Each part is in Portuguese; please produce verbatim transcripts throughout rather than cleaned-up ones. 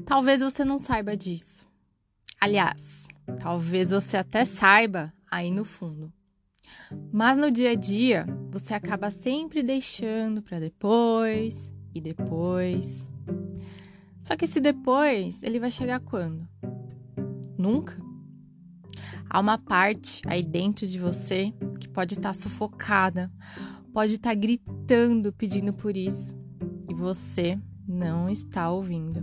Talvez você não saiba disso. Aliás, talvez você até saiba aí no fundo. Mas no dia a dia, você acaba sempre deixando para depois e depois. Só que esse depois, ele vai chegar quando? Nunca. Há uma parte aí dentro de você que pode estar sufocada, pode estar gritando, pedindo por isso, e você não está ouvindo.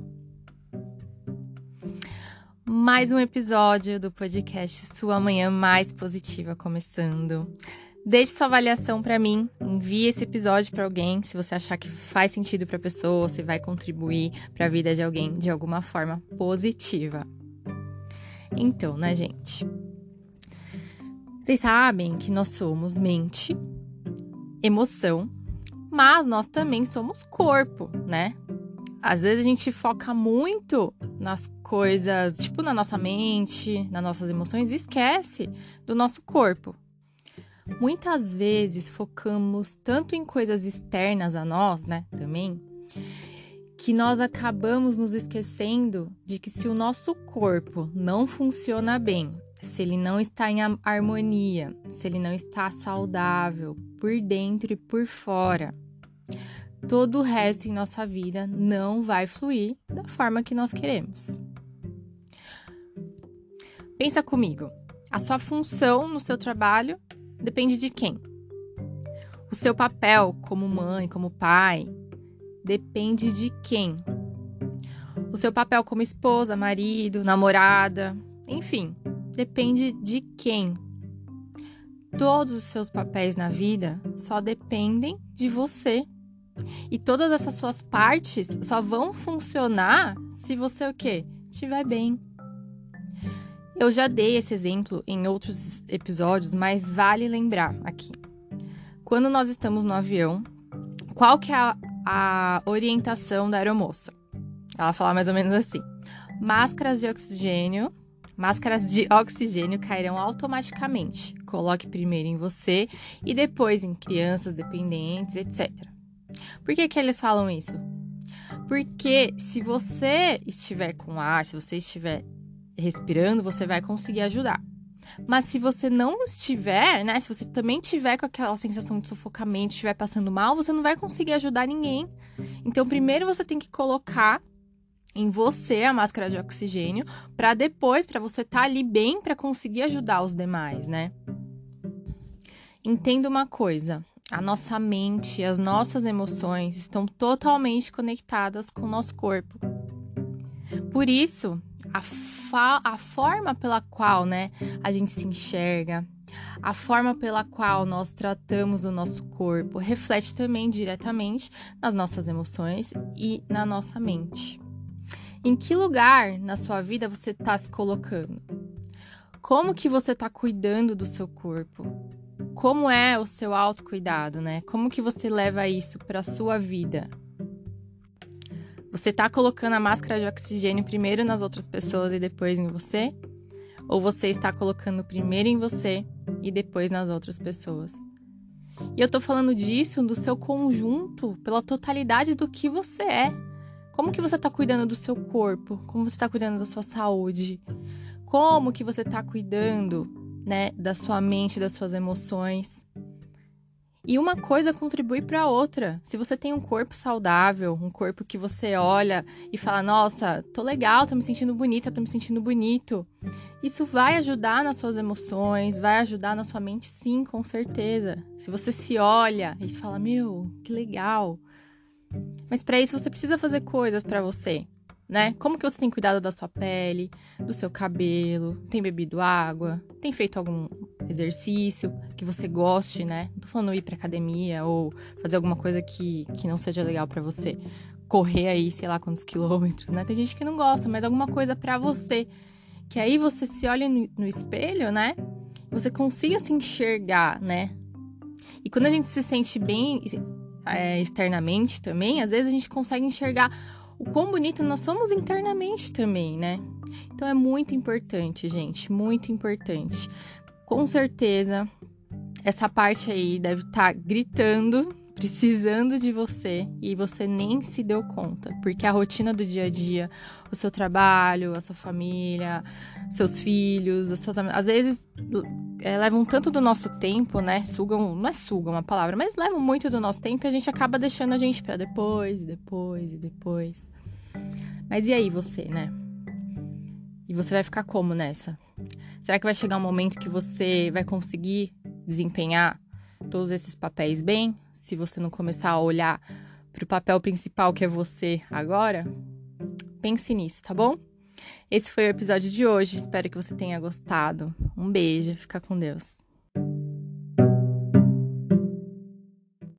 Mais um episódio do podcast Sua Manhã Mais Positiva começando. Deixe sua avaliação para mim, envie esse episódio para alguém, se você achar que faz sentido para a pessoa, se vai contribuir para a vida de alguém de alguma forma positiva. Então, né, gente? Vocês sabem que nós somos mente, emoção, mas nós também somos corpo, né? Às vezes a gente foca muito nas coisas, tipo na nossa mente, nas nossas emoções e esquece do nosso corpo. Muitas vezes focamos tanto em coisas externas a nós, né, também, que nós acabamos nos esquecendo de que se o nosso corpo não funciona bem, se ele não está em harmonia, se ele não está saudável por dentro e por fora, todo o resto em nossa vida não vai fluir da forma que nós queremos. Pensa comigo, a sua função no seu trabalho depende de quem? O seu papel como mãe, como pai, depende de quem? O seu papel como esposa, marido, namorada, enfim, depende de quem? Todos os seus papéis na vida só dependem de você. E todas essas suas partes só vão funcionar se você o quê? Estiver bem. Eu já dei esse exemplo em outros episódios, mas vale lembrar aqui. Quando nós estamos no avião, qual que é a, a orientação da aeromoça? Ela fala mais ou menos assim: máscaras de oxigênio, máscaras de oxigênio cairão automaticamente. Coloque primeiro em você e depois em crianças, dependentes, etcétera. Por que que eles falam isso? Porque se você estiver com ar, se você estiver respirando, você vai conseguir ajudar. Mas se você não estiver, né? Se você também tiver com aquela sensação de sufocamento, estiver passando mal, você não vai conseguir ajudar ninguém. Então, primeiro você tem que colocar em você a máscara de oxigênio, para depois, para você estar ali bem, para conseguir ajudar os demais, né? Entenda uma coisa. A nossa mente e as nossas emoções estão totalmente conectadas com o nosso corpo. Por isso, a, fa- a forma pela qual, né, a gente se enxerga, a forma pela qual nós tratamos o nosso corpo, reflete também diretamente nas nossas emoções e na nossa mente. Em que lugar na sua vida você está se colocando? Como que você está cuidando do seu corpo? Como é o seu autocuidado, né? Como que você leva isso para a sua vida? Você tá colocando a máscara de oxigênio primeiro nas outras pessoas e depois em você? Ou você está colocando primeiro em você e depois nas outras pessoas? E eu tô falando disso do seu conjunto, pela totalidade do que você é. Como que você tá cuidando do seu corpo? Como você tá cuidando da sua saúde? Como que você tá cuidando, né, da sua mente, das suas emoções? E uma coisa contribui para a outra. Se você tem um corpo saudável, um corpo que você olha e fala, nossa, tô legal, tô me sentindo bonita, tô me sentindo bonito. Isso vai ajudar nas suas emoções, vai ajudar na sua mente, sim, com certeza. Se você se olha e fala, meu, que legal. Mas para isso você precisa fazer coisas para você, né? Como que você tem cuidado da sua pele, do seu cabelo, tem bebido água, tem feito algum exercício que você goste, né? Não tô falando ir pra academia ou fazer alguma coisa que, que não seja legal pra você. Correr aí, sei lá quantos quilômetros, né? Tem gente que não gosta, mas alguma coisa pra você. Que aí você se olha no, no espelho, né? Você consiga se enxergar, né? E quando a gente se sente bem é, externamente também, às vezes a gente consegue enxergar o quão bonito nós somos internamente também, né? Então é muito importante, gente, muito importante. Com certeza, essa parte aí deve estar gritando precisando de você e você nem se deu conta, porque a rotina do dia a dia, o seu trabalho, a sua família, seus filhos, os seus amigos, às vezes é, levam tanto do nosso tempo, né? Sugam, não é sugam a palavra, mas levam muito do nosso tempo e a gente acaba deixando a gente pra depois, e depois e depois. Mas e aí você, né? E você vai ficar como nessa? Será que vai chegar um momento que você vai conseguir desempenhar todos esses papéis bem, se você não começar a olhar para o papel principal que é você agora? Pense nisso, tá bom? Esse foi o episódio de hoje, espero que você tenha gostado. Um beijo, fica com Deus.